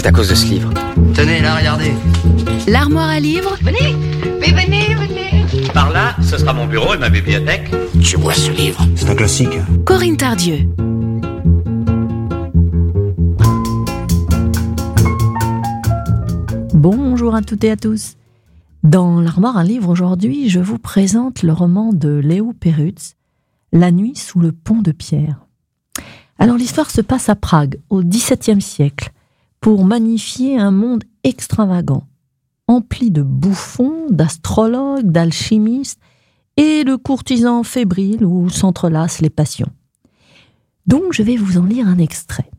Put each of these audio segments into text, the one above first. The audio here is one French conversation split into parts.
à cause de ce livre. Tenez, là, regardez. L'armoire à livres. Venez, venez. Par là, ce sera mon bureau et ma bibliothèque. Tu vois ce livre? C'est un classique. Corinne Tardieu. Bonjour à toutes et à tous. Dans l'armoire à livres aujourd'hui, je vous présente le roman de Léo Perutz, La nuit sous le pont de pierre. Alors l'histoire se passe à Prague, au XVIIe siècle, pour magnifier un monde extravagant, empli de bouffons, d'astrologues, d'alchimistes et de courtisans fébriles où s'entrelacent les passions. Donc je vais vous en lire un extrait.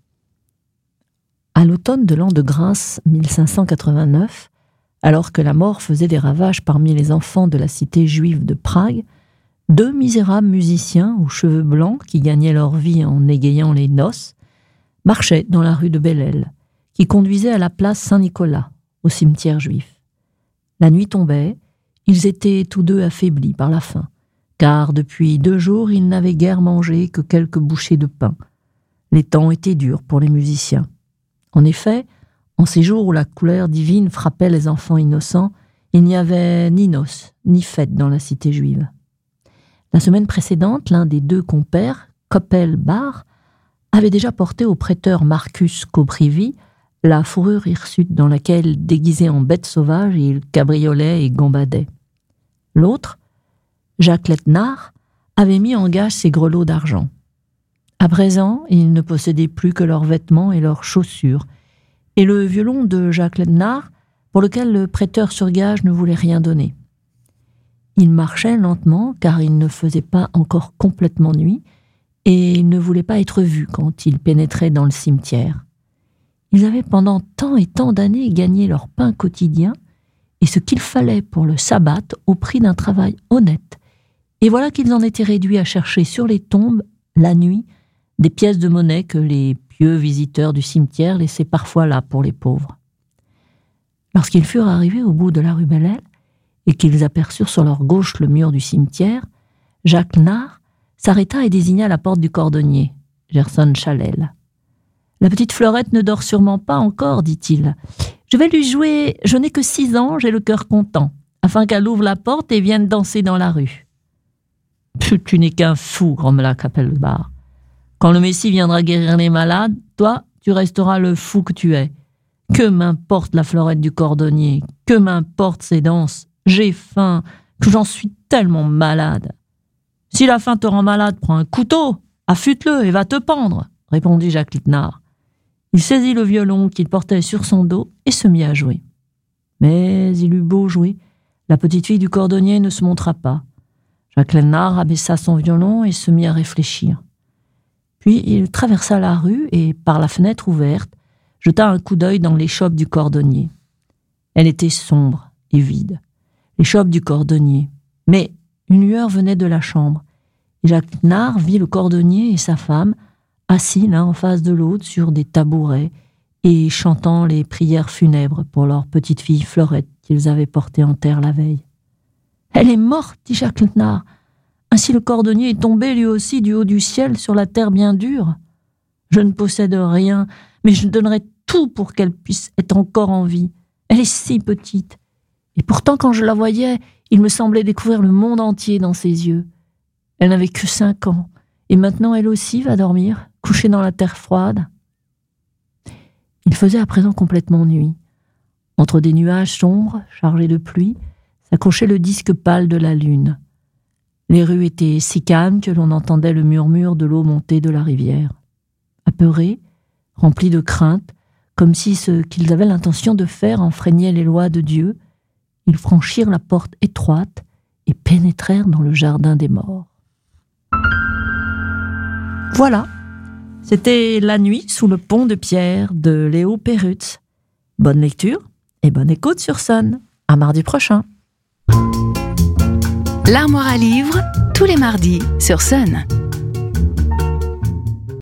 À l'automne de l'an de grâce 1589, alors que la mort faisait des ravages parmi les enfants de la cité juive de Prague, deux misérables musiciens aux cheveux blancs qui gagnaient leur vie en égayant les noces marchaient dans la rue de Bellel, qui conduisait à la place Saint-Nicolas, au cimetière juif. La nuit tombait, ils étaient tous deux affaiblis par la faim, car depuis 2 jours ils n'avaient guère mangé que quelques bouchées de pain. Les temps étaient durs pour les musiciens. En effet, en ces jours où la couleur divine frappait les enfants innocents, il n'y avait ni noces, ni fêtes dans la cité juive. La semaine précédente, l'un des 2 compères, Koppel-Bar, avait déjà porté au prêteur Marcus Coprivi la fourrure hirsute dans laquelle, déguisé en bête sauvage, il cabriolait et gambadait. L'autre, Jacques Letnard, avait mis en gage ses grelots d'argent. À présent, ils ne possédaient plus que leurs vêtements et leurs chaussures, et le violon de Jacques Letnard, pour lequel le prêteur sur gage ne voulait rien donner. Il marchait lentement, car il ne faisait pas encore complètement nuit, et il ne voulait pas être vu quand il pénétrait dans le cimetière. Ils avaient pendant tant et tant d'années gagné leur pain quotidien, et ce qu'il fallait pour le sabbat au prix d'un travail honnête. Et voilà qu'ils en étaient réduits à chercher sur les tombes, la nuit, des pièces de monnaie que les pieux visiteurs du cimetière laissaient parfois là pour les pauvres. Lorsqu'ils furent arrivés au bout de la rue Bellel, et qu'ils aperçurent sur leur gauche le mur du cimetière, Jacques Nard s'arrêta et désigna la porte du cordonnier, Gerson Chalel. « La petite Fleurette ne dort sûrement pas encore, dit-il. Je vais lui jouer « Je n'ai que 6 ans, j'ai le cœur content », afin qu'elle ouvre la porte et vienne danser dans la rue. »« Tu n'es qu'un fou, grommela Koppel-Bar. Quand le Messie viendra guérir les malades, toi, tu resteras le fou que tu es. Que m'importe la Fleurette du cordonnier, que m'importe ses danses. J'ai faim, que j'en suis tellement malade. »« Si la faim te rend malade, prends un couteau, affûte-le et va te pendre, » répondit Jacques Letnard. Il saisit le violon qu'il portait sur son dos et se mit à jouer. Mais il eut beau jouer, la petite fille du cordonnier ne se montra pas. Jacques Letnard abaissa son violon et se mit à réfléchir. Puis il traversa la rue et, par la fenêtre ouverte, jeta un coup d'œil dans l'échoppe du cordonnier. Elle était sombre et vide. L'échoppe du cordonnier. Mais une lueur venait de la chambre, et Jacques Letnard vit le cordonnier et sa femme, assis l'un en face de l'autre sur des tabourets et chantant les prières funèbres pour leur petite fille Fleurette qu'ils avaient portée en terre la veille. « Elle est morte, dit Jacques Letnard. Ainsi le cordonnier est tombé lui aussi du haut du ciel sur la terre bien dure. Je ne possède rien, mais je donnerais tout pour qu'elle puisse être encore en vie. Elle est si petite. Et pourtant, quand je la voyais, il me semblait découvrir le monde entier dans ses yeux. Elle n'avait que 5 ans, et maintenant elle aussi va dormir, couchée dans la terre froide. » Il faisait à présent complètement nuit. Entre des nuages sombres, chargés de pluie, s'accrochait le disque pâle de la lune. Les rues étaient si calmes que l'on entendait le murmure de l'eau montée de la rivière. Apeurés, remplis de crainte, comme si ce qu'ils avaient l'intention de faire enfreignait les lois de Dieu, ils franchirent la porte étroite et pénétrèrent dans le jardin des morts. Voilà, c'était La nuit sous le pont de pierre de Léo Perutz. Bonne lecture et bonne écoute sur Sun. À mardi prochain. L'armoire à livres, tous les mardis sur Sun.